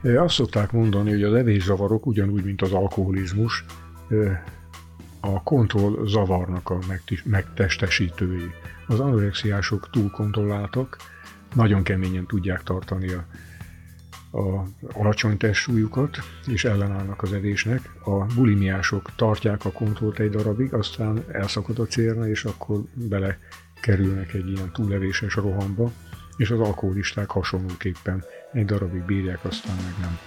Azt szokták mondani, hogy az evészavarok ugyanúgy, mint az alkoholizmus, a kontrollzavarnak a megtestesítői. Az anorexiások túlkontrolláltak, nagyon keményen tudják tartani a alacsony testsúlyukat, és ellenállnak az evésnek. A bulimiások tartják a kontrollt egy darabig, aztán elszakad a cérna, és akkor belekerülnek egy ilyen túlevéses rohamba, és az alkoholisták hasonlóképpen egy darabig bírják, aztán meg nem.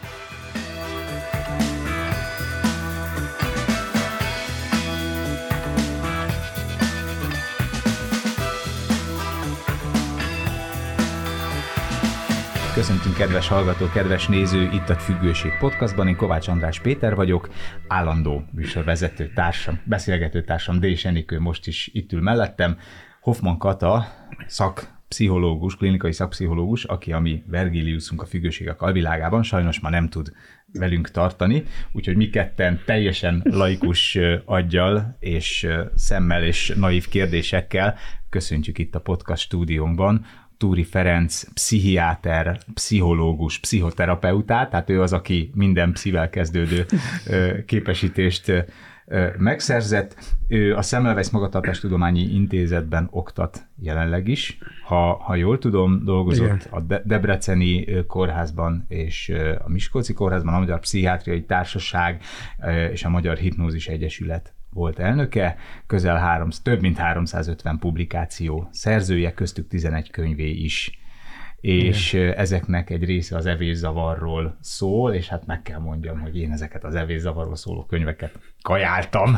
Köszöntünk kedves hallgató, kedves néző, itt a Függőség Podcastban. Én Kovács András Péter vagyok, állandó műsorvezető társam, beszélgető társam Déls Enikő most is itt ül mellettem. Hoffman Kata, szakpszichológus, klinikai szakpszichológus, aki a mi Vergiliusunk a függőségek alvilágában, sajnos már nem tud velünk tartani, úgyhogy mi ketten teljesen laikus aggyal és szemmel és naív kérdésekkel köszöntjük itt a podcast stúdiónkban Túri Ferenc, pszichiáter, pszichológus, pszichoterapeutát, tehát ő az, aki minden pszivel kezdődő képesítést megszerzett. Ő a Semmelweis Magatartástudományi Intézetben oktat jelenleg is. Ha jól tudom, dolgozott igen. A Debreceni Kórházban és a Miskolci Kórházban, a Magyar Pszichiátriai Társaság és a Magyar Hipnózis Egyesület volt elnöke, több mint 350 publikáció szerzője, köztük 11 könyvé is. És ezeknek egy része az evészavarról szól, és hát meg kell mondjam, hogy én ezeket az evészavarról szóló könyveket kajáltam.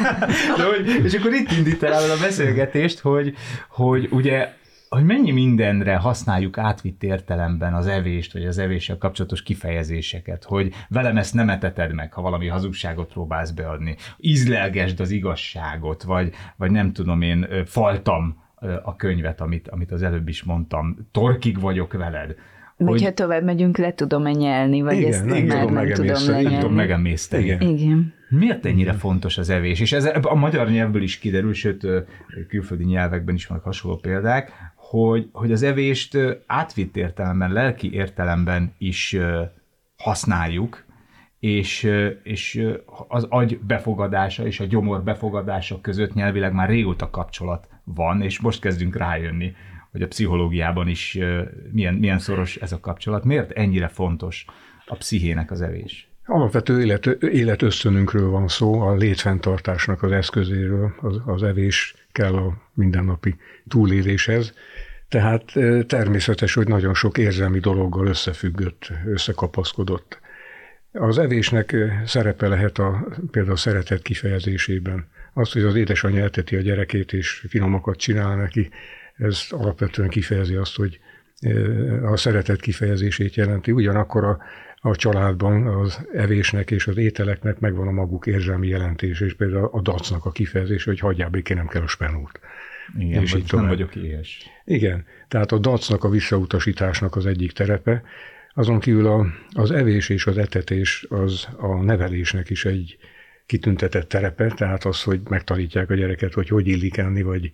És akkor itt indít el a beszélgetést, hogy ugye hogy mennyi mindenre használjuk átvitt értelemben az evést, vagy az evéssel kapcsolatos kifejezéseket, hogy velem ezt nem eteted meg, ha valami hazugságot próbálsz beadni. Ízlelgesd az igazságot, vagy nem tudom én, faltam a könyvet, amit az előbb is mondtam, torkig vagyok veled. Vagy ha tovább megyünk, le tudom-e nyelni, vagy igen, ezt már nem tudom lenyelni. Nem tudom megemészteni. Igen. Miért ennyire fontos az evés? És ez a magyar nyelvből is kiderül, sőt, külföldi nyelvekben is vannak hasonló példák, hogy az evést átvitt értelemben, lelki értelemben is használjuk, és az agy befogadása és a gyomor befogadása között nyelvileg már régóta kapcsolat van, és most kezdünk rájönni, hogy a pszichológiában is milyen szoros ez a kapcsolat. Miért ennyire fontos a pszichének az evés? Alapvető életösztönünkről van szó, a létfenntartásnak az eszközéről, az evés kell a mindennapi túléléshez. Tehát természetes, hogy nagyon sok érzelmi dologgal összefüggött, összekapaszkodott. Az evésnek szerepe lehet például a szeretet kifejezésében. Az, hogy az édesanyja eteti a gyerekét és finomakat csinál neki, ez alapvetően kifejezi azt, hogy a szeretet kifejezését jelenti. Ugyanakkor a családban az evésnek és az ételeknek megvan a maguk érzelmi jelentés, és például a dacnak a kifejezése, hogy hagyjál békén, nem kell a spenót. Igen, és vagy nem vagyok éhes. Igen, tehát a dacnak, a visszautasításnak az egyik terepe. Azon kívül az evés és az etetés az a nevelésnek is egy kitüntetett terepe, tehát az, hogy megtanítják a gyereket, hogy illik enni, vagy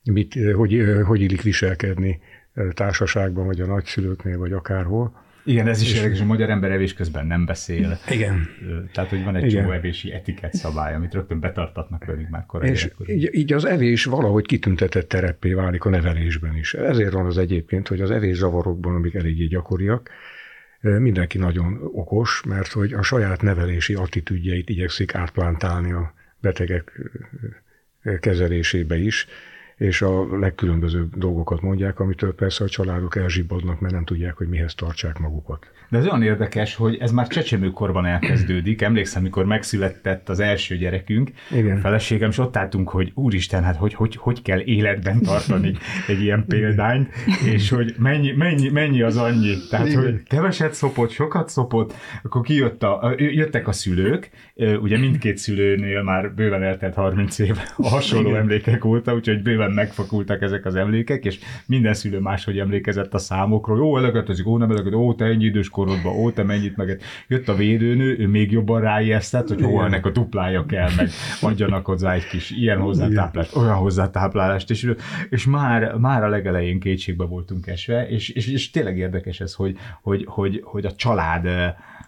hogy illik viselkedni társaságban, vagy a nagyszülőknél, vagy akárhol. Igen, ez is érdekes, hogy a magyar ember evés közben nem beszél. Igen. Tehát, hogy van egy csomó evési etikett szabály, amit rögtön betartatnak velük már korai. És így az evés valahogy kitüntetett tereppé válik a nevelésben is. Ezért van az egyébként, hogy az evészavarokban, amik eléggé gyakoriak, mindenki nagyon okos, mert hogy a saját nevelési attitűdjeit igyekszik átplántálni a betegek kezelésébe is, és a legkülönbözőbb dolgokat mondják, amitől persze a családok elzsibbadnak, mert nem tudják, hogy mihez tartsák magukat. De ez olyan érdekes, hogy ez már csecsemőkorban elkezdődik. Emlékszem, mikor megszületett az első gyerekünk, igen. A feleségem, és ott álltunk, hogy úristen, hát hogy kell életben tartani egy ilyen példányt, és hogy mennyi az annyi. Tehát, igen. Hogy keveset szopott, sokat szopott, akkor jöttek a szülők, ugye mindkét szülőnél már bőven eltelt 30 év a hasonló igen. Emlékek óta, úgyhogy bőven megfakultak ezek az emlékek, és minden szülő máshogy emlékezett a számokról. Ó, elegetezik, ó, nem elegetezik, ó, te ennyi idős korodban, ó, te mennyit meg. Jött a védőnő, ő még jobban ráijesztett, hogy hol ennek a duplája kell, meg adjanak hozzá egy kis ilyen hozzátáplást, olyan hozzátáplálást, és már a legelején kétségbe voltunk esve, és tényleg érdekes ez, hogy a család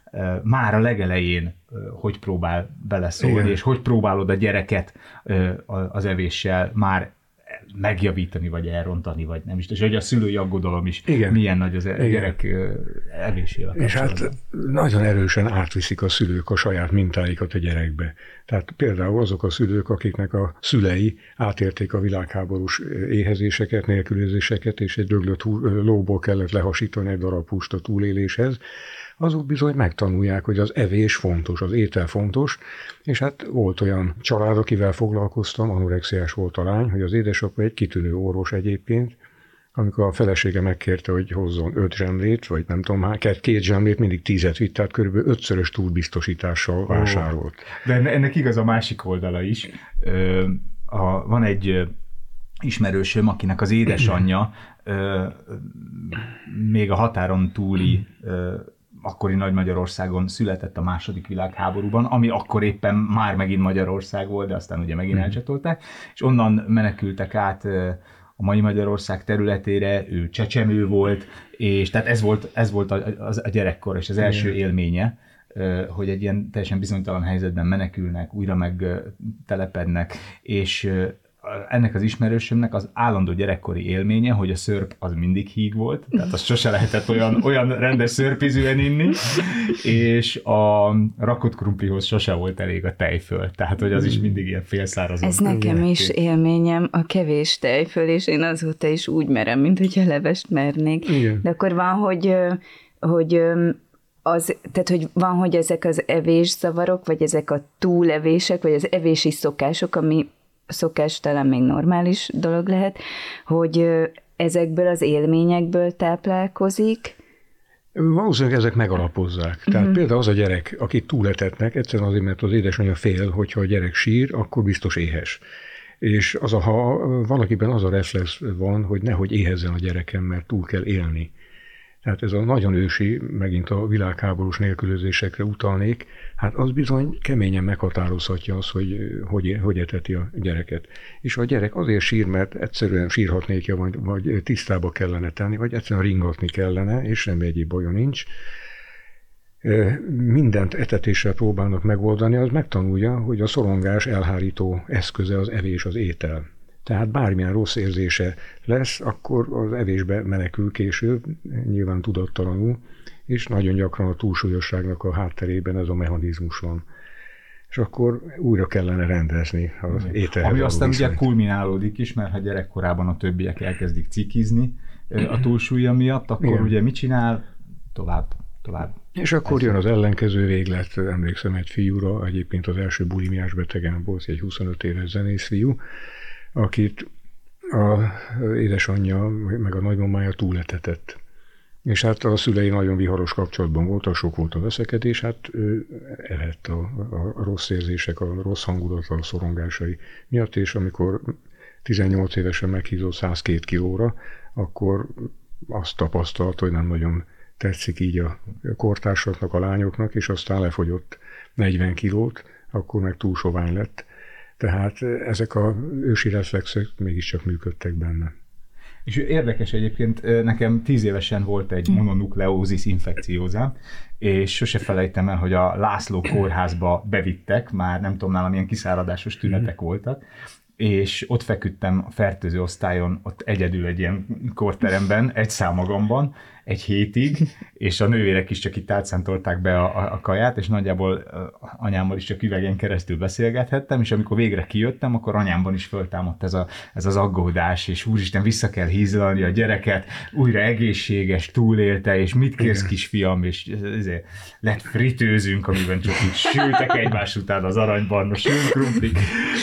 már a legelején hogy próbál beleszólni, igen, és hogy próbálod a gyereket az evéssel már megjavítani, vagy elrontani, vagy nem is. És hogy a szülői aggodalom is igen, milyen nagy az gyerek evésével. És hát nagyon erősen átviszik a szülők a saját mintáikat a gyerekbe. Tehát például azok a szülők, akiknek a szülei átérték a világháborús éhezéseket, nélkülözéseket, és egy döglött lóból kellett lehasítani egy darab húst a túléléshez, azok bizony megtanulják, hogy az evés fontos, az étel fontos, és hát volt olyan család, akivel foglalkoztam, anorexiás volt a lány, hogy az édesapa egy kitűnő orvos egyébként, amikor a felesége megkérte, hogy hozzon 5 zsemlét, vagy nem tudom már, 2 zsemlét, mindig 10 vitt, tehát körülbelül 5-szörös túlbiztosítással vásárolt. De ennek igaz a másik oldala is. Van egy ismerősöm, akinek az édesanyja még a határon túli akkori Nagy-Magyarországon született a II. Világháborúban, ami akkor éppen már megint Magyarország volt, de aztán ugye megint elcsatolták, és onnan menekültek át a mai Magyarország területére, ő csecsemő volt, és tehát ez volt a gyerekkor és az első élménye, hogy egy ilyen teljesen bizonytalan helyzetben menekülnek, újra megtelepednek, és ennek az ismerősömnek az állandó gyerekkori élménye, hogy a szörp az mindig híg volt, tehát azt sose lehetett olyan rendes szörpízűen inni, és a rakott krumplihoz sose volt elég a tejföl, tehát hogy az is mindig ilyen félszárazon. Ez nekem is élményem, a kevés tejföl, és én azóta is úgy merem, mint hogyha levest mernék. Igen. De akkor van, hogy van, hogy ezek az evészavarok, vagy ezek a túlevések, vagy az evési szokások, ami szokás talán még normális dolog lehet, hogy ezekből az élményekből táplálkozik. Valószínűleg ezek megalapozzák. Tehát például az a gyerek, akit túletetnek, egyszerűen azért, mert az édesanyja fél, hogyha a gyerek sír, akkor biztos éhes. És ha valakiben az a reflex van, hogy nehogy éhezzen a gyerekem, mert túl kell élni. Tehát ez a nagyon ősi, megint a világháborús nélkülözésekre utalnék, hát az bizony keményen meghatározhatja azt, hogy eteti a gyereket. És a gyerek azért sír, mert egyszerűen sírhatnékja, vagy tisztába kellene tenni, vagy egyszerűen ringatni kellene, és semmi egyéb baja nincs. Mindent etetéssel próbálnak megoldani, az megtanulja, hogy a szorongás elhárító eszköze az evés, az étel. Tehát bármilyen rossz érzése lesz, akkor az evésbe menekül később, nyilván tudattalanul, és nagyon gyakran a túlsúlyosságnak a hátterében ez a mechanizmus van. És akkor újra kellene rendezni az ételhez. Ami aztán ugye kulminálódik is, mert ha gyerekkorában a többiek elkezdik cikizni a túlsúlya miatt, akkor igen, ugye mit csinál? Tovább. És akkor jön az ellenkező véglet, emlékszem egy fiúra, egyébként az első bulimiás betegem volt, egy 25 éves zenész fiú, akit az édesanyja meg a nagymamája túletetett. És hát a szülei nagyon viharos kapcsolatban voltak, sok volt a veszekedés, hát ő evett a rossz érzések, a rossz hangulat, a szorongásai miatt, és amikor 18 évesen meghízott 102 kilóra, akkor azt tapasztalt, hogy nem nagyon tetszik így a kortársaknak, a lányoknak, és aztán lefogyott 40 kilót, akkor meg túl sovány lett. Tehát ezek az ősi reflexek mégiscsak működtek benne. És érdekes egyébként, nekem 10 évesen volt egy mononukleózis infekciózám, és sose felejtem el, hogy a László kórházba bevittek, már nem tudom, nálam ilyen kiszáradásos tünetek voltak, és ott feküdtem a fertőző osztályon, ott egyedül egy ilyen korteremben, egy magamban, egy hétig, és a nővérek is csak itt átszántolták be a kaját, és nagyjából anyámmal is csak üvegen keresztül beszélgethettem, és amikor végre kijöttem, akkor anyámban is föltámadt ez az aggódás, és úristen, vissza kell hízlalni a gyereket, újra egészséges, túlélte, és mit kérsz, kisfiam, és lett fritőzünk, amiben csak így sültek egymás után az aranybarnos sülkrumplik,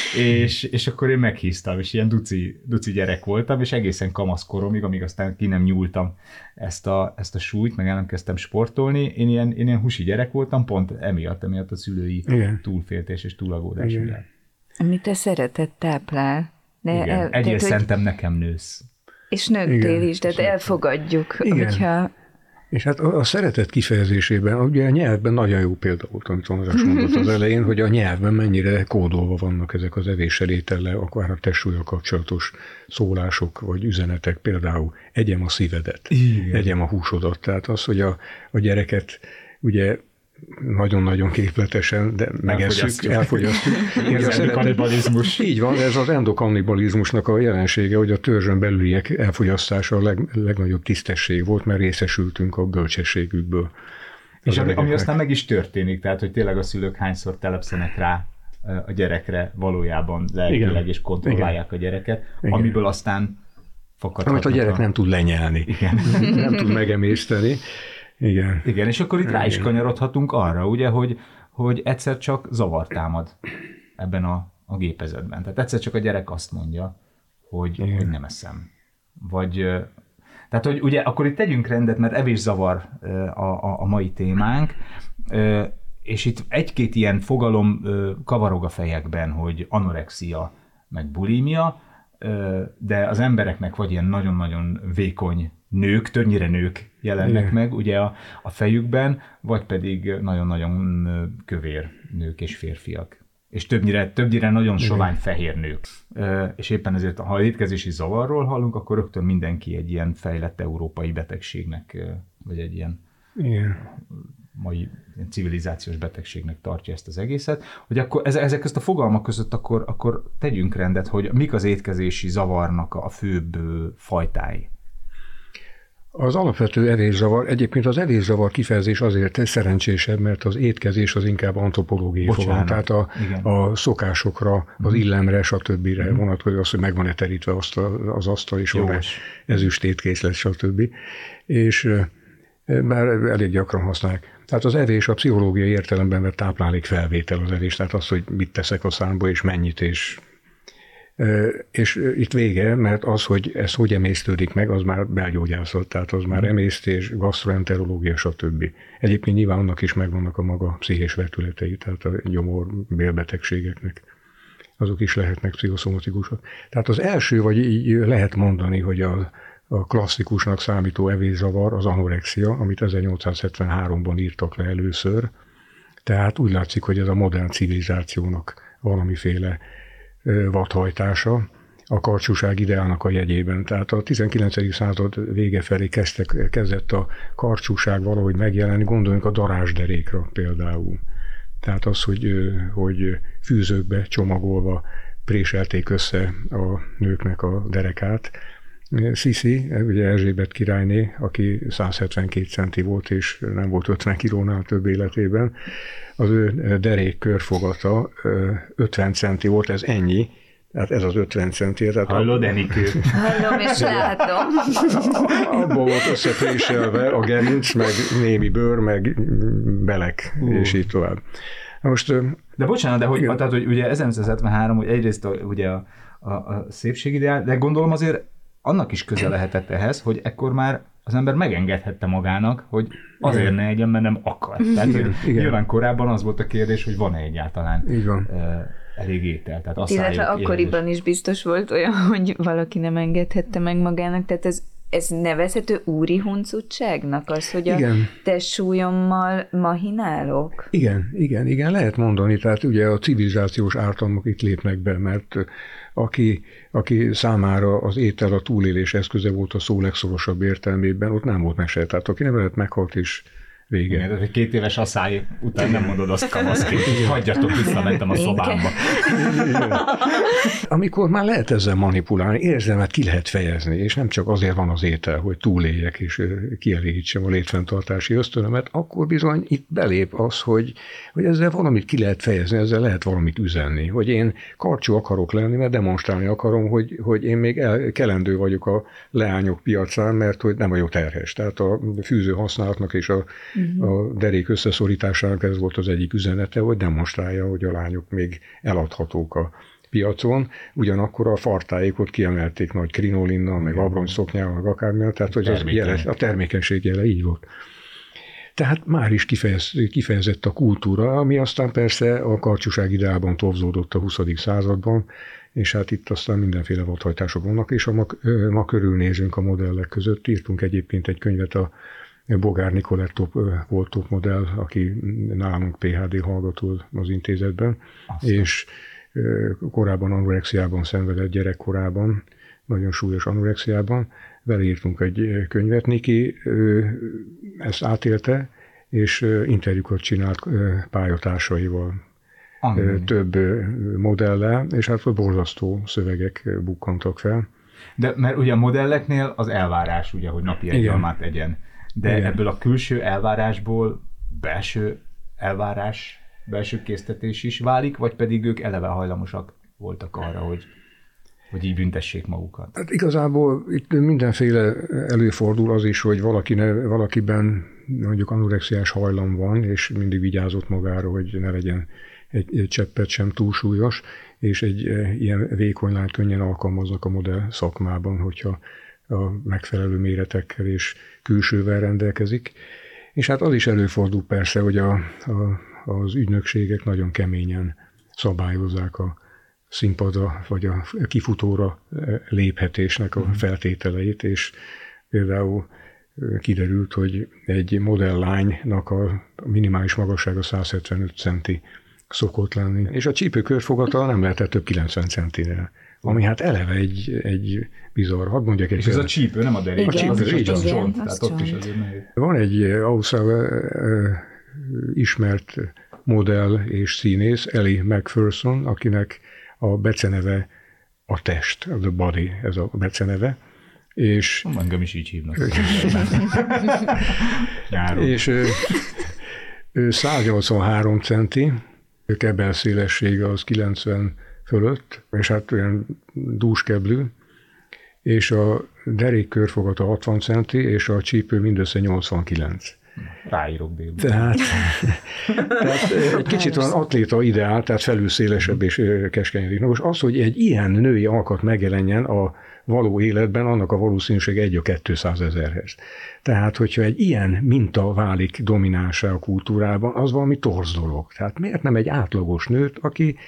és akkor én meghíztam, és ilyen duci gyerek voltam, és egészen kamaszkoromig, amíg aztán ki nem nyúltam ezt a súlyt, meg el nem kezdtem sportolni. Én ilyen húsi gyerek voltam, pont emiatt a szülői túlféltés és túlagódás miatt. Amit a szeretet táplál. De egyél szentem nekem nősz. És nőttél is, tehát elfogadjuk, hogyha... És hát a szeretet kifejezésében, ugye a nyelvben nagyon jó példa volt, amit András mondott az elején, hogy a nyelvben mennyire kódolva vannak ezek az evéssel, étellel, akár a testsúllyal kapcsolatos szólások, vagy üzenetek, például egyem a szívedet, egyem a húsodat. Tehát az, hogy a gyereket ugye nagyon-nagyon képletesen, de megesszük, elfogyasztjuk. Érzelmi kannibalizmus. Így van, ez az endokannibalizmusnak a jelensége, hogy a törzsön belüliek elfogyasztása a legnagyobb tisztesség volt, mert részesültünk a bölcsességükből. És ami aztán meg is történik, tehát hogy tényleg a szülők hányszor telepszenek rá a gyerekre valójában lelkileg, és kontrollálják a gyereket, amiből aztán fakadhatnak. Amit a gyerek nem tud lenyelni, nem tud megemészteni. Igen. Igen, és akkor itt rá is kanyarodhatunk arra, ugye, hogy egyszer csak zavar támad ebben a gépezetben. Tehát egyszer csak a gyerek azt mondja, hogy nem eszem. Vagy, tehát, hogy ugye akkor itt tegyünk rendet, mert evészavar a mai témánk, és itt egy-két ilyen fogalom kavarog a fejekben, hogy anorexia, meg bulimia, de az embereknek vagy ilyen nagyon-nagyon vékony nők, többnyire nők jelennek meg ugye a fejükben, vagy pedig nagyon-nagyon kövér nők és férfiak. És többnyire nagyon sovány fehér nők. És éppen ezért, ha étkezési zavarról hallunk, akkor rögtön mindenki egy ilyen fejlett európai betegségnek, vagy egy ilyen mai civilizációs betegségnek tartja ezt az egészet, hogy akkor ezek közt a fogalmak között akkor tegyünk rendet, hogy mik az étkezési zavarnak a főbb fajtái. Az alapvető evészavar, egyébként az evészavar kifejezés azért szerencsésebb, mert az étkezés az inkább antropológiai fogalom, tehát a szokásokra, az illemre, stb. Vonatkozik az, hogy meg van-e terítve az asztal, és van-e ezüst étkészlet, stb. És már elég gyakran használják. Tehát az evés a pszichológiai értelemben vett táplálékfelvétel az evés, tehát az, hogy mit teszek a számba, és mennyit, és itt vége, mert az, hogy ez hogy emésztődik meg, az már belgyógyászat, tehát az már emésztés, gasztroenterológia, stb. Egyébként nyilván annak is megvannak a maga pszichés vetületei, tehát a gyomor-bélbetegségeknek. Azok is lehetnek pszichoszomatikusok. Tehát az első, vagy így lehet mondani, hogy a klasszikusnak számító evészavar az anorexia, amit 1873-ban írtak le először. Tehát úgy látszik, hogy ez a modern civilizációnak valamiféle vadhajtása a karcsúság ideának a jegyében. Tehát a 19. század vége felé kezdett a karcsúság valahogy megjelenni, gondoljunk a darázsderékra például. Tehát az, hogy fűzőkbe csomagolva préselték össze a nőknek a derekát. Sisi, ugye Erzsébet királyné, aki 172 centi volt, és nem volt 50 kilónál több életében, az ő derék körfogata 50 centi volt, ez ennyi, tehát ez az 50 centi. Hallod, Enikő? Hallom és látom. Abban volt összepréselve a gerinc, meg némi bőr, meg belek, és így tovább. Most, de bocsánat, de tehát, hogy ugye 1973, hogy egyrészt ugye a szépségideál, de gondolom azért annak is köze lehetett ehhez, hogy ekkor már az ember megengedhette magának, hogy azért ne egyen, mert nem akar. Tehát nyilván korábban az volt a kérdés, hogy van-e egyáltalán elég étel. Tehát illetve akkoriban is biztos volt olyan, hogy valaki nem engedhette meg magának, tehát ez nevezhető úri huncutságnak az, hogy a testsúlyommal mahinálok? Igen, lehet mondani. Tehát ugye a civilizációs ártalmak itt lépnek be, mert aki számára az étel a túlélés eszköze volt a szó legszorosabb értelmében, ott nem volt mese. Tehát aki nem meghalt is, vége. Igen, 2 éves asszály után nem mondod azt kamaszként, hogy hagyjatok, visszamentem a szobámba. Amikor már lehet ezzel manipulálni, érzelmet ki lehet fejezni, és nem csak azért van az étel, hogy túléljek és kielégítsem a létfenntartási ösztönömet, akkor bizony itt belép az, hogy ezzel valamit ki lehet fejezni, ezzel lehet valamit üzenni, hogy én karcsú akarok lenni, mert demonstrálni akarom, hogy én még kelendő vagyok a leányok piacán, mert hogy nem vagyok terhes. Tehát a fűző használatnak és a derék összeszorításának ez volt az egyik üzenete, hogy demonstrálja, hogy a lányok még eladhatók a piacon, ugyanakkor a fartáékot kiemelték nagy krinolinnal, meg abrongyszoknyával, meg akármilyen, tehát hogy a termékenység jele így volt. Tehát már is kifejezett a kultúra, ami aztán persze a karcsúság ideában tovzódott a 20. században, és hát itt aztán mindenféle vadhajtások vannak, és ma körülnézünk a modellek között. Írtunk egyébként egy könyvet, a Bogár Nikolett volt top modell, aki nálunk PhD hallgató az intézetben, és korábban anorexiában szenvedett gyerekkorában, nagyon súlyos anorexiában. Vele írtunk egy könyvet. Niki ezt átélte, és interjúkat csinált pályatársaival, több modellel, és hát borzasztó szövegek bukkantak fel. De mert ugye a modelleknél az elvárás, ugye, hogy napi egy almát egyen. De igen, ebből a külső elvárásból belső elvárás, belső késztetés is válik, vagy pedig ők eleve hajlamosak voltak arra, hogy így büntessék magukat? Hát igazából itt mindenféle előfordul az is, hogy valakiben mondjuk anorexiás hajlam van, és mindig vigyázott magára, hogy ne legyen egy cseppet sem túlsúlyos, és egy ilyen vékony lányt könnyen alkalmaznak a modell szakmában, hogyha a megfelelő méretekkel és külsővel rendelkezik. És hát az is előfordul persze, hogy az ügynökségek nagyon keményen szabályozzák a színpadra vagy a kifutóra léphetésnek a feltételeit, és például kiderült, hogy egy modelllánynak a minimális magassága 175 centi szokott lenni, és a csípő körfogata nem lehetett több 90 centinél, ami hát eleve egy bizarr. Hadd mondjak egy. És ez a csípő, nem a derék. A csípő, így az csont. Tehát ott is azért nehéz. Van egy Ausztrál ismert modell és színész, Ellie Macpherson, akinek a beceneve a test, the body, ez a beceneve. És engem is így hívnak. És ő 183 centi, kebel szélessége az 90 fölött, és hát olyan dúskeblű, és a derék körfogata 60 centi, és a csípő mindössze 89. Ráírok délben. Tehát egy kicsit van atléta ideál, tehát felülszélesebb és keskenyedik. Na most az, hogy egy ilyen női alkat megjelenjen a való életben, annak a valószínűség 1/200 000-hez. Tehát, hogyha egy ilyen minta válik dominánsá a kultúrában, az valami torz dolog. Tehát miért nem egy átlagos nőt,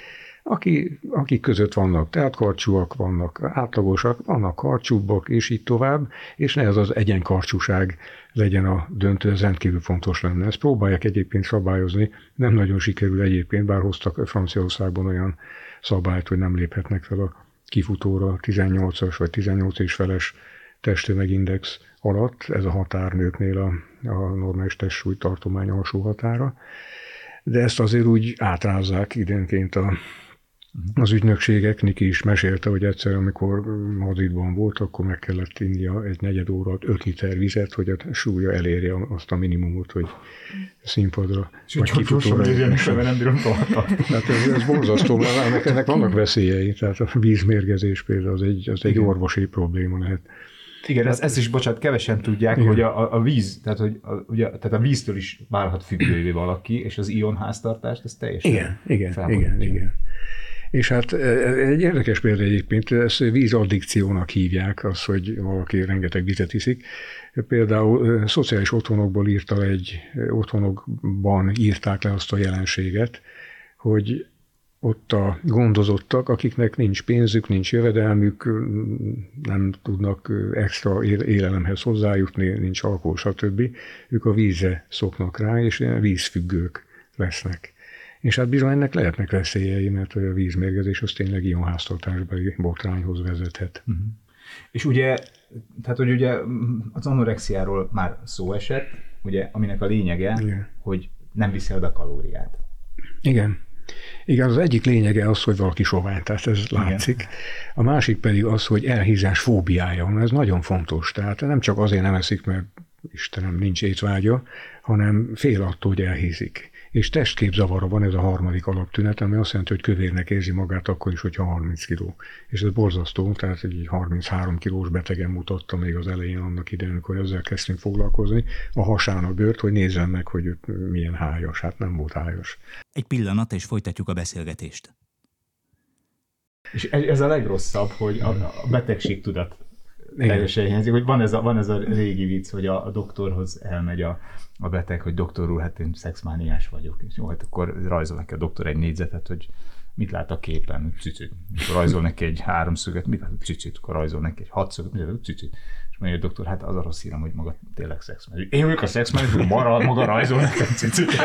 akik között vannak teátkarcsúak, vannak átlagosak, vannak karcsúbbak, és így tovább, és ne ez az egyenkarcsúság legyen a döntő, ez rendkívül fontos lenne. Ezt próbálják egyébként szabályozni, nem nagyon sikerül egyébként, bár hoztak Franciaországban olyan szabályt, hogy nem léphetnek fel a kifutóra 18-as vagy 18 és feles testtömegindex alatt, ez a határnőknél a normális testsúly tartomány alsó határa, de ezt azért úgy átrázzák időnként az ügynökségek. Niki is mesélte, hogy egyszer, amikor Madridban volt, akkor meg kellett innia egy negyed óra 5 liter vizet, hogy a súlya elérje azt a minimumot, hogy színpadra vagy kifutóra. Nem bírom tovább. Hát ez borzasztó, mert ennek vannak veszélyei, tehát a vízmérgezés például az egy orvosi probléma lehet. Igen, ezt is, bocsánat, kevesen tudják, igen, hogy a víz, tehát a víztől is válhat függővé valaki, és az ionháztartást, ez teljesen igen. És hát egy érdekes példa egyébként, ezt vízaddikciónak hívják, az, hogy valaki rengeteg vizet iszik. Például szociális otthonokból otthonokban írták le azt a jelenséget, hogy ott a gondozottak, akiknek nincs pénzük, nincs jövedelmük, nem tudnak extra élelemhez hozzájutni, nincs alkohol, stb. Ők a vízre szoknak rá, és ilyen vízfüggők lesznek. És hát bizony ennek lehetnek veszélyei, mert a vízmérgezés az tényleg ionháztartásbeli botrányhoz vezethet. Uh-huh. És ugye, tehát hogy ugye az anorexiáról már szó esett, ugye, aminek a lényege, igen, hogy nem viszi oda kalóriát. Igen, az egyik lényege az, hogy valaki sovány, tehát ez látszik. Igen. A másik pedig az, hogy elhízás fóbiája van, ez nagyon fontos. Tehát nem csak azért nem eszik, mert Istenem, nincs étvágya, hanem fél attól, hogy elhízik. És testképzavara van, ez a harmadik alaptünet, ami azt jelenti, hogy kövérnek érzi magát akkor is, hogyha 30 kiló. És ez borzasztó, tehát egy 33 kilós betegen mutatta még az elején annak idején, amikor ezzel kezdtünk foglalkozni, a hasán a bőrt, hogy nézzem meg, hogy milyen hájas. Hát nem volt hájas. Egy pillanat, és folytatjuk a beszélgetést. És ez a legrosszabb, hogy a betegségtudat teljesen hiányzik, hogy van ez a régi vicc, hogy a doktorhoz elmegy a beteg, hogy doktor úr, hát én szexmániás vagyok, és jó, hát akkor rajzol neki a doktor egy négyzetet, hogy mit lát a képen, cicit. Akkor rajzol neki egy háromszöget, mit lát, cicit. Akkor rajzol neki egy hatszöget, mit lát, cicit. És mondja a doktor, hát az a rossz hírem, hogy maga tényleg szexmenedzser. Én vagyok a szexmenedzser, maga rajzol nekem ciciket.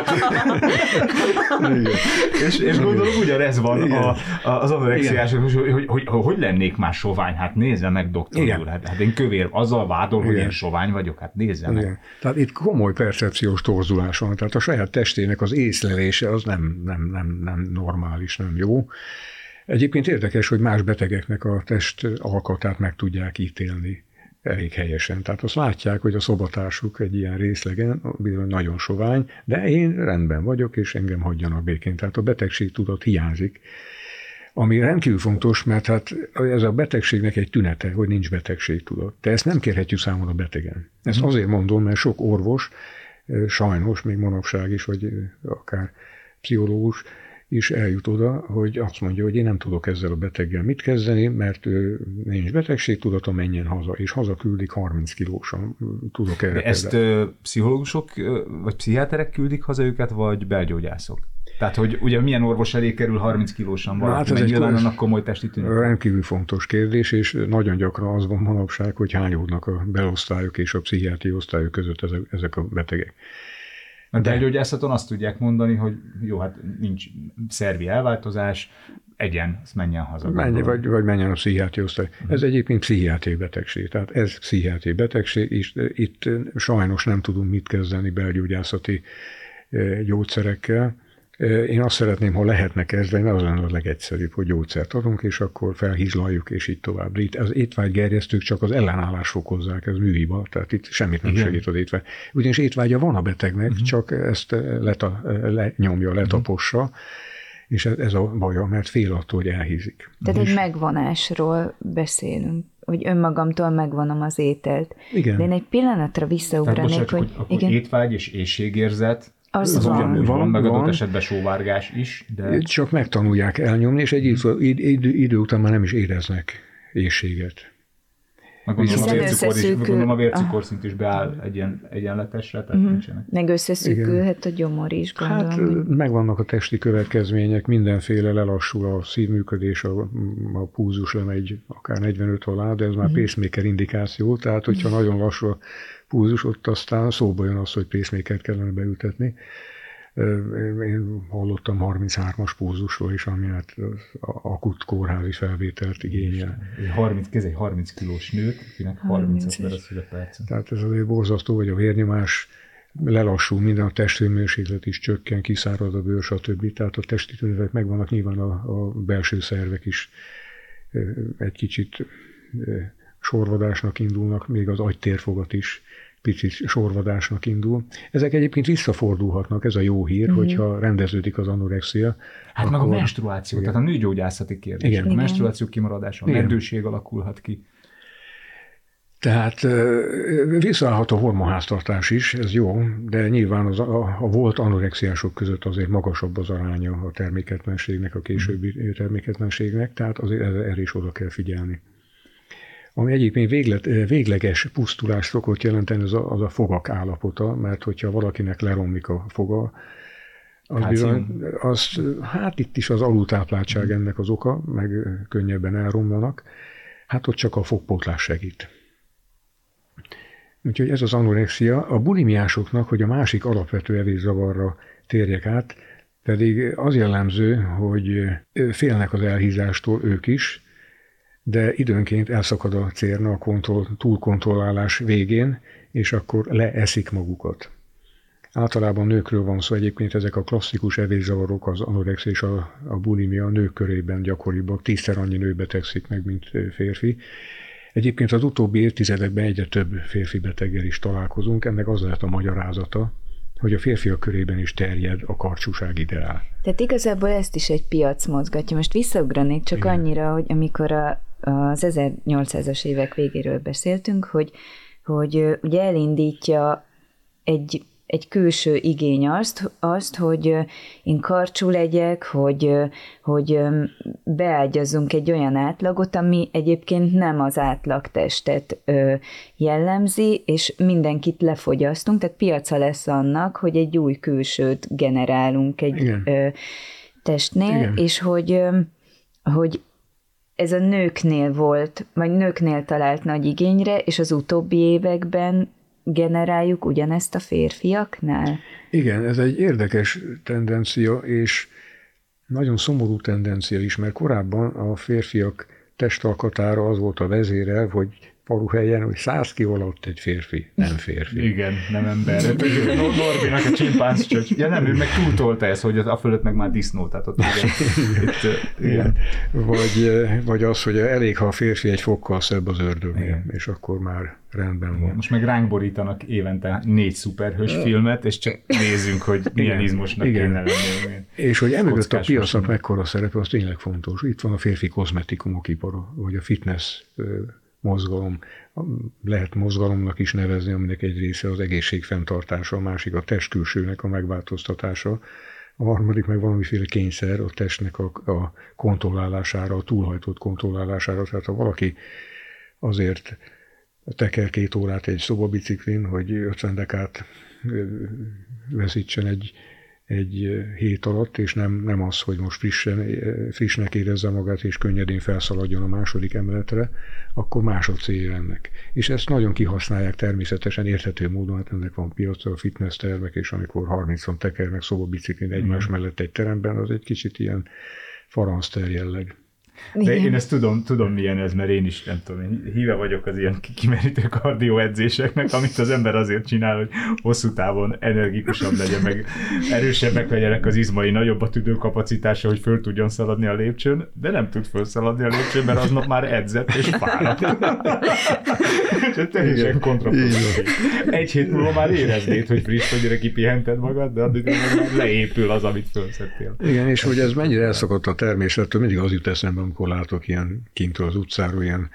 és gondolom ugyanez van az anorexiások, hogy lennék már sovány, hát nézze meg, doktor úr, hát én kövér, azzal vádol, hogy én sovány vagyok, hát nézze meg. Tehát itt komoly percepciós torzulás van, tehát a saját testének az észlelése az nem normális, nem jó. Egyébként érdekes, hogy más betegeknek a test alkatát meg tudják ítélni elég helyesen. Tehát azt látják, hogy a szobatársuk egy ilyen részlegen bizony nagyon sovány, de én rendben vagyok, és engem hagyjanak békén. Tehát a betegségtudat hiányzik. Ami rendkívül fontos, mert hát ez a betegségnek egy tünete, hogy nincs betegségtudat. De ezt nem kérhetjük számon a betegen. Ezt azért mondom, mert sok orvos, sajnos, még manapság is, vagy akár pszichológus is eljut oda, hogy azt mondja, hogy én nem tudok ezzel a beteggel mit kezdeni, mert nincs betegségtudata, menjen haza, és hazaküldik 30 kilósan. Tudok erre. De ezt pszichológusok vagy pszichiáterek küldik haza őket, vagy belgyógyászok? Tehát, hogy ugye milyen orvos elé kerül 30 kilósan valaki, mert nyilván annak komoly testi tünetek. Rendkívül fontos kérdés, és nagyon gyakran az van manapság, hogy hányódnak a belosztályok és a pszichiátri osztályok között ezek a betegek. A belgyógyászaton azt tudják mondani, hogy jó, hát nincs szervi elváltozás, egyen, azt menjen haza. Vagy menjen a pszichiátri osztály. Ez egyébként pszichiátri betegség, tehát ez pszichiátri betegség, és itt sajnos nem tudunk mit kezdeni belgyógyászati gyógyszerekkel. Én azt szeretném, ha lehetne kezdeni, mert az lenne a legegyszerűbb, hogy gyógyszert adunk, és akkor felhizlaljuk, és így tovább. De itt az étvágygerjesztők csak az ellenállás fokozzák, ez műhiba, tehát itt semmit nem segít az étvágy. Ugyanis étvágya van a betegnek, csak ezt lenyomja, letapossa, és ez a baja, mert fél attól, hogy elhízik. Tehát egy megvonásról beszélünk, hogy önmagamtól megvonom az ételt. Igen. De én egy pillanatra visszaugranék, hogy igen. Étvágy és éhségérzet, az van, meg adott esetben sóvárgás is, de... Csak megtanulják elnyomni, és egy idő után már nem is éreznek éhséget. Gondolom a vércukorszint is beáll egyenletesre, tehát nincsenek. Meg összeszűkülhet a gyomor is, gondolom. Hát megvannak a testi következmények, mindenféle lelassul a szívműködés, a pulzus lemegy akár 45 alá, de ez már pacemaker indikáció, tehát hogyha nagyon lassú a pulzus, ott aztán szóba jön az, hogy pacemakert kellene beültetni. Én hallottam 33-as pulzusról is, ami hát akut kórházi felvételt igényel. 30 kilós nőt, akinek 30 a perc. Tehát ez azért borzasztó, hogy a vérnyomás lelassul, minden a testhőmérséklet is csökken, kiszárad a bőr, stb. Tehát a testi tünetek megvannak, nyilván a belső szervek is egy kicsit sorvadásnak indulnak, még az agytérfogat is picit sorvadásnak indul. Ezek egyébként visszafordulhatnak, ez a jó hír, hogyha rendeződik az anorexia. Hát meg a menstruáció, tehát a nőgyógyászati kérdés. Igen. A menstruáció kimaradása, a meddőség alakulhat ki. Tehát visszaállhat a hormonháztartás is, ez jó, de nyilván a volt anorexiások között azért magasabb az aránya a terméketlenségnek, a későbbi terméketlenségnek, tehát azért erre is oda kell figyelni. Ami egyébként végleges pusztulást szokott jelenteni, az a fogak állapota, mert hogyha valakinek leromlik a foga, az bizony, hát itt is az alultápláltság ennek az oka, meg könnyebben elromlanak, hát ott csak a fogpótlás segít. Úgyhogy ez az anorexia. A bulimiásoknak, hogy a másik alapvető evészavarra térjek át, pedig az jellemző, hogy félnek az elhízástól ők is, de időnként elszakad a cérna a túlkontrollálás végén, és akkor leeszik magukat. Általában nőkről van szó, egyébként ezek a klasszikus evészavarok, az anorexia és a bulimia nők körében gyakoribbak, 10-szer annyi nő betegszik meg, mint férfi. Egyébként az utóbbi évtizedekben egyre több férfi beteggel is találkozunk, ennek az lehet a magyarázata, hogy a férfiak körében is terjed a karcsúság ideál. Tehát igazából ezt is egy piac mozgatja. Most visszaugranék csak igen. Annyira, hogy amikor az 1800-as évek végéről beszéltünk, hogy ugye elindítja egy külső igény azt, hogy én karcsú legyek, hogy beágyazzunk egy olyan átlagot, ami egyébként nem az átlagtestet jellemzi, és mindenkit lefogyasztunk, tehát piaca lesz annak, hogy egy új külsőt generálunk egy testnél, igen. És hogy ez a nőknél volt, vagy nőknél talált nagy igényre, és az utóbbi években generáljuk ugyanezt a férfiaknál? Igen, ez egy érdekes tendencia, és nagyon szomorú tendencia is, mert korábban a férfiak testalkatára az volt a vezérelv, hogy faluhelyen, hogy 100 kg alatt egy férfi, nem férfi. Igen, nem ember. Norbinak a csimpánz csöcs. Ja nem, ő meg túltolta ezt, hogy a fölött meg már disznó. Tehát ott igen. Vagy az, hogy elég, ha a férfi egy fokkal szebb az ördögnél, és akkor már rendben van. Most meg ránk borítanak évente 4 szuperhős filmet, és csak nézzünk, hogy milyen izmosnak kéne lenni. És hogy emögött a piacnak mekkora szerepe, az tényleg fontos. Itt van a férfi kozmetikumok ipara, vagy a fitness mozgalom. Lehet mozgalomnak is nevezni, aminek egy része az egészség fenntartása, a másik a testkülsőnek a megváltoztatása, a harmadik meg valamiféle kényszer a testnek a kontrollálására, a túlhajtott kontrollálására. Tehát ha valaki azért teker 2 órát egy szobabiciklin, hogy 50 dekát veszítsen egy hét alatt, és nem az, hogy most frissnek érezze magát, és könnyedén felszaladjon a második emeletre, akkor más a célja ennek. És ezt nagyon kihasználják természetesen, érthető módon, hát ennek van piaca, a fitness tervek, és amikor 30-on tekernek szobabiciklin egymás mellett egy teremben, az egy kicsit ilyen faranszter jelleg. De én ezt tudom milyen ez, mert én is nem tudom, én híve vagyok az ilyen kimerítő kardioedzéseknek, amit az ember azért csinál, hogy hosszú távon energikusabb legyen, meg erősebbek legyenek az izmai, nagyobb a tüdőkapacitása, hogy föl tudjon szaladni a lépcsőn, de nem tud fölszaladni a lépcsőn, mert aznap már edzett és fáradt. És teljesen kontraproduktív. Egy hét múlva már éreznéd, hogy friss vagy, gyere kipihented magad, de addig leépül az, amit fölszedtél. Igen, és hogy ez mennyire elszakadt a természettől, mindig az jut eszembe, amikor látok ilyen kintről az utcáról ilyen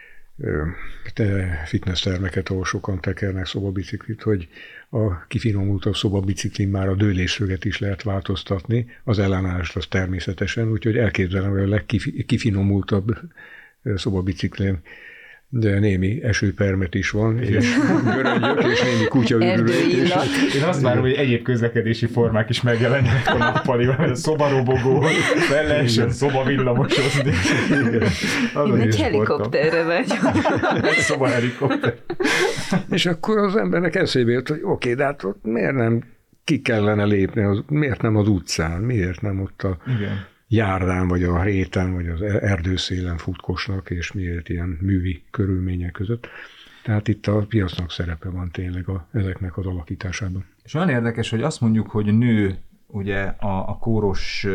fitness termeket, ahol sokan tekernek szobabiciklit, hogy a kifinomultabb szobabiciklin már a dőlésröget is lehet változtatni, az ellenállást az természetesen, úgyhogy elképzelem, hogy a legkifinomultabb szobabiciklin de némi esőpermet is van, és göröngyök, és némi kutyaürülés. Én azt várom, hogy egyéb közlekedési formák is megjelennek a nappaliban, a szobarobogó, fel lehessen szobavillamosozni. Én egy helikopterre vagy. Szobahelikopter. És akkor az embernek eszébe jött, hogy oké, de hát ott miért nem ki kellene lépni, miért nem az utcán, miért nem ott a járdán, vagy a réten, vagy az erdőszélen futkosnak, és miért ilyen művi körülmények között. Tehát itt a piacnak szerepe van tényleg ezeknek az alakításában. És olyan érdekes, hogy azt mondjuk, hogy nő ugye a kóros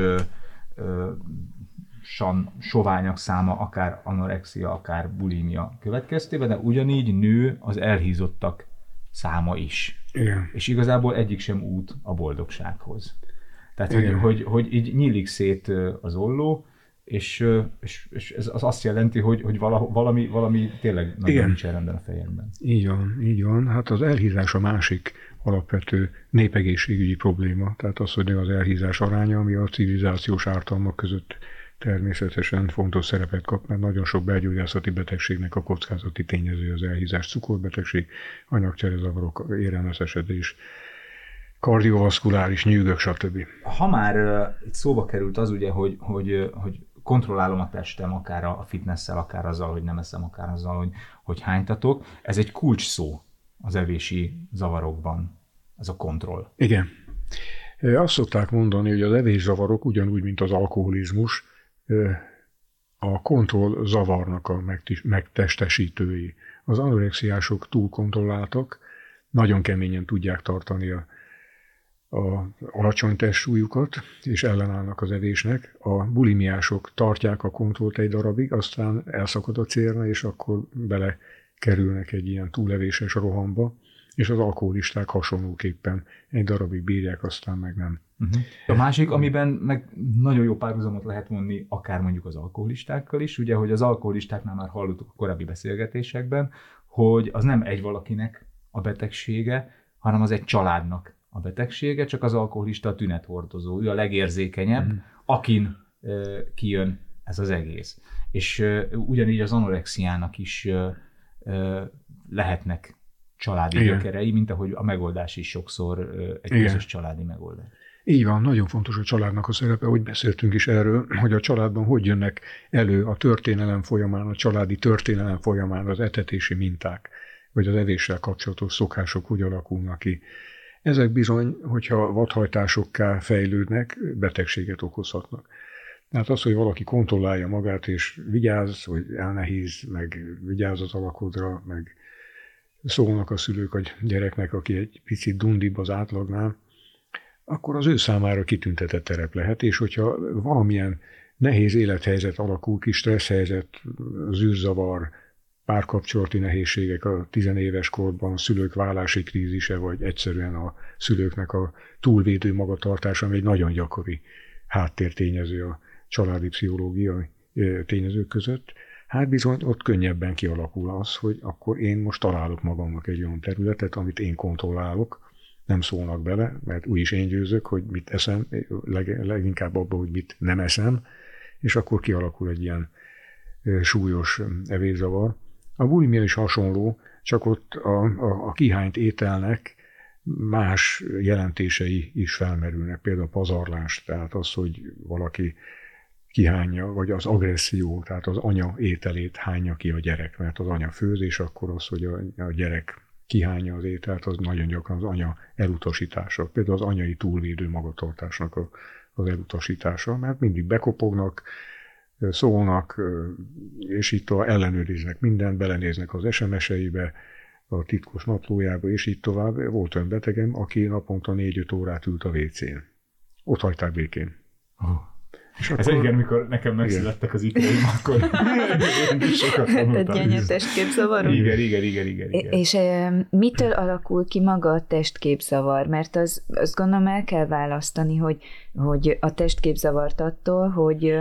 soványak száma, akár anorexia, akár bulimia következtében, de ugyanígy nő az elhízottak száma is. Igen. És igazából egyik sem út a boldogsághoz. Tehát, hogy így nyílik szét az olló, és ez az azt jelenti, hogy valami tényleg nagyon nincsen rendben a fejemben. Így van. Hát az elhízás a másik alapvető népegészségügyi probléma. Tehát az, hogy nő az elhízás aránya, ami a civilizációs ártalmak között természetesen fontos szerepet kap, mert nagyon sok belgyógyászati betegségnek a kockázati tényező az elhízás, cukorbetegség, anyagcserezavarok, érrendeszesedés, kardiovaszkuláris nyűgök, stb. Ha már itt szóba került az ugye, hogy kontrollálom a testem, akár a fitnesszel, akár azzal, hogy nem eszem, akár azzal, hogy hánytatok, ez egy kulcs szó az evési zavarokban, ez a kontroll. Igen. Azt szokták mondani, hogy az evészavarok ugyanúgy, mint az alkoholizmus, a kontroll zavarnak a megtestesítői. Az anorexiások túlkontrolláltak, nagyon keményen tudják tartani a alacsony testsúlyukat, és ellenállnak az evésnek. A bulimiások tartják a kontrollt egy darabig, aztán elszakad a célna, és akkor belekerülnek egy ilyen túlevéses rohamba, és az alkoholisták hasonlóképpen egy darabig bírják, aztán meg nem. A másik, amiben meg nagyon jó párhuzamot lehet vonni, akár mondjuk az alkoholistákkal is, ugye, hogy az alkoholistáknál már hallottuk a korábbi beszélgetésekben, hogy az nem egy valakinek a betegsége, hanem az egy családnak a betegsége, csak az alkoholista a tünethordozó, ő a legérzékenyebb, akin kijön ez az egész. És ugyanígy az anorexiának is lehetnek családi gyökerei, mint ahogy a megoldás is sokszor egy közös családi megoldás. Így van, nagyon fontos a családnak a szerepe, hogy beszéltünk is erről, hogy a családban hogy jönnek elő a történelem folyamán, a családi történelem folyamán az etetési minták, vagy az evéssel kapcsolatos szokások hogy alakulnak ki. Ezek bizony, hogyha vadhajtásokká fejlődnek, betegséget okozhatnak. Tehát az, hogy valaki kontrollálja magát és vigyáz, hogy elnehéz, meg vigyáz az alakodra, meg szólnak a szülők a gyereknek, aki egy picit dundibb az átlagnál, akkor az ő számára kitüntetett terep lehet, és hogyha valamilyen nehéz élethelyzet alakul ki, stresszhelyzet, zűrzavar, párkapcsolati nehézségek a 10 éves korban, szülők vállási krízise, vagy egyszerűen a szülőknek a túlvédő magatartása, ami egy nagyon gyakori háttértényező a családi pszichológiai tényezők között, hát bizony ott könnyebben kialakul az, hogy akkor én most találok magamnak egy olyan területet, amit én kontrollálok, nem szólnak bele, mert úgyis én győzök, hogy mit eszem, leginkább abban, hogy mit nem eszem, és akkor kialakul egy ilyen súlyos evészavar. A bulimia is hasonló, csak ott a kihányt ételnek más jelentései is felmerülnek, például a pazarlás, tehát az, hogy valaki kihányja, vagy az agresszió, tehát az anya ételét hányja ki a gyerek, mert az anya főz, és akkor az, hogy a gyerek kihányja az ételt, az nagyon gyakran az anya elutasítása. Például az anyai túlvédő magatartásnak az elutasítása, mert mindig bekopognak, szólnak, és itt ellenőriznek mindent, belenéznek az SMS-eibe, a titkos naplójába, és így tovább. Volt olyan betegem, aki naponta 4-5 órát ült a WC-n. Ott hagyták békén. És ez igen, mikor nekem megszülettek az ikéim, akkor sokat tanultam. Tehát ilyen testképzavarok? Igen. És mitől alakul ki maga a testképzavar? Mert azt gondolom el kell választani, hogy a testképzavart attól, hogy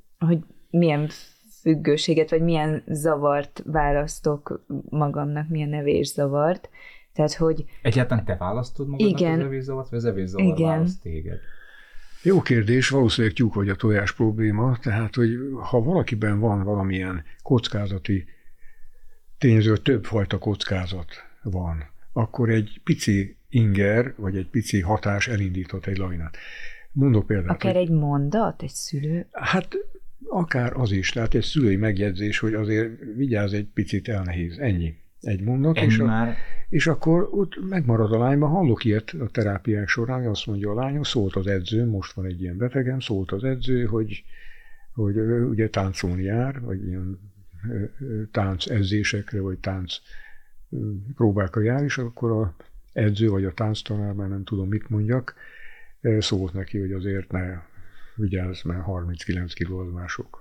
milyen függőséget, vagy milyen zavart választok magamnak, milyen evészavart. Tehát, hogy... Egyáltalán te választod magadnak az evészavart, vagy az evészavar választ téged? Jó kérdés, valószínűleg tyúk vagy a tojás probléma, tehát, hogy ha valakiben van valamilyen kockázati tényező, többfajta kockázat van, akkor egy pici inger, vagy egy pici hatás elindíthat egy lavinát. Mondok példát. Akár egy mondat, egy szülő? Hát akár az is, tehát egy szülői megjegyzés, hogy azért vigyázz, egy picit elnehéz. Ennyi. Egy mondat, és akkor ott megmarad a lányban. Hallok ilyet a terápiák során, azt mondja a lányom, szólt az edző, most van egy ilyen betegem, szólt az edző, hogy ugye táncolni jár, vagy ilyen táncedzésekre, vagy tánc próbákra jár, és akkor az edző, vagy a tánctanár, már nem tudom, mit mondjak, szólt neki, hogy azért ne vigyázz, mert 39 kiló az mások.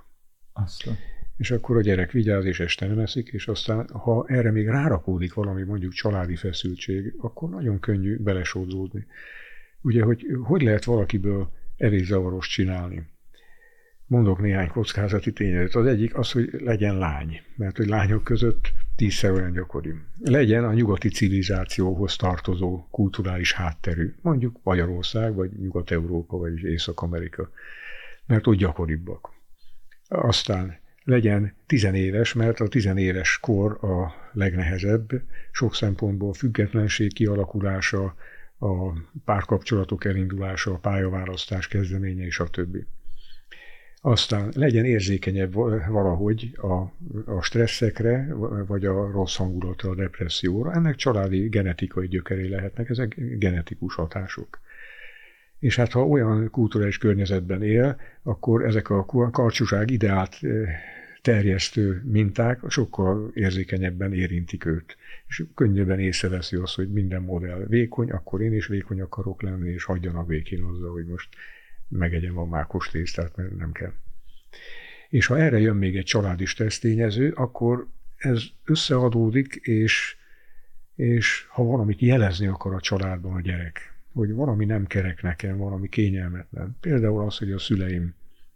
És akkor a gyerek vigyáz, és este nem eszik, és aztán, ha erre még rárakódik valami, mondjuk családi feszültség, akkor nagyon könnyű belesódzódni. Ugye, hogy lehet valakiből evészavarost csinálni? Mondok néhány kockázati tényezőt. Az egyik az, hogy legyen lány, mert hogy lányok között 10-szer olyan gyakori. Legyen a nyugati civilizációhoz tartozó kulturális hátterű, mondjuk Magyarország, vagy Nyugat-Európa, vagy Észak-Amerika, mert ott gyakoribbak. Aztán legyen 10 éves, mert a 10 éves kor a legnehezebb, sok szempontból függetlenség kialakulása, a párkapcsolatok elindulása, a pályaválasztás kezdeménye és a többi. Aztán legyen érzékenyebb valahogy a stresszekre, vagy a rossz hangulatra, a depresszióra. Ennek családi genetikai gyökerei lehetnek, ezek genetikus hatások. És hát ha olyan kulturális környezetben él, akkor ezek a karcsúság ideált terjesztő minták sokkal érzékenyebben érintik őt. És könnyebben észreveszi azt, hogy minden modell vékony, akkor én is vékony akarok lenni, és hagyjanak békén azzal, hogy most megegyem a mákos tésztát, mert nem kell. És ha erre jön még egy családi stressztényező, akkor ez összeadódik, és ha valamit jelezni akar a családban a gyerek, hogy valami nem kerek nekem, valami kényelmetlen. Például az, hogy a szüleim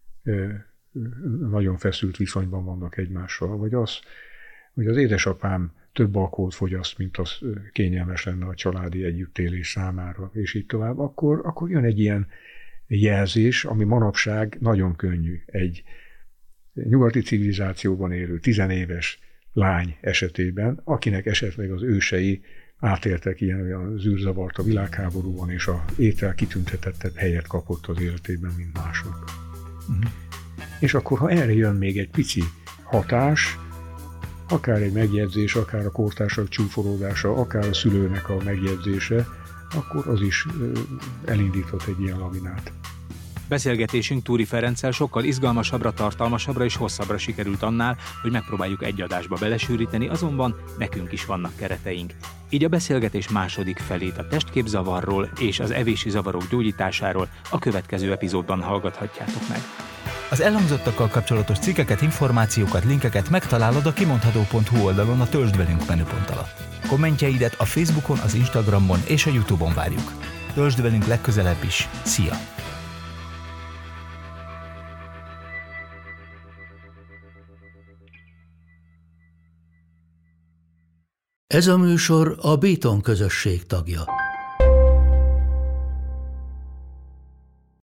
nagyon feszült viszonyban vannak egymással, vagy az, hogy az édesapám több alkoholt fogyaszt, mint az kényelmes lenne a családi együttélés számára, és így tovább, akkor jön egy ilyen jelzés, ami manapság nagyon könnyű. Egy nyugati civilizációban élő 10 éves lány esetében, akinek esetleg az ősei átéltek ilyen zűrzavart a világháborúban, és az étel kitüntetettebb helyet kapott az életében, mint mások. És akkor, ha erre jön még egy pici hatás, akár egy megjegyzés, akár a kortársak csúfolódása, akár a szülőnek a megjegyzése, akkor az is elindított egy ilyen lavinát. Beszélgetésünk Túri Ferenccel sokkal izgalmasabbra, tartalmasabbra és hosszabbra sikerült annál, hogy megpróbáljuk egy adásba belesűríteni, azonban nekünk is vannak kereteink. Így a beszélgetés második felét a testképzavarról és az evési zavarok gyógyításáról a következő epizódban hallgathatjátok meg. Az elhangzottakkal kapcsolatos cikkeket, információkat, linkeket megtalálod a kimondható.hu oldalon a Töltsd velünk menüpont alatt. Kommentjeidet a Facebookon, az Instagramon és a YouTube-on várjuk. Töltsd velünk legközelebb is. Szia! Ez a műsor a Béton közösség tagja.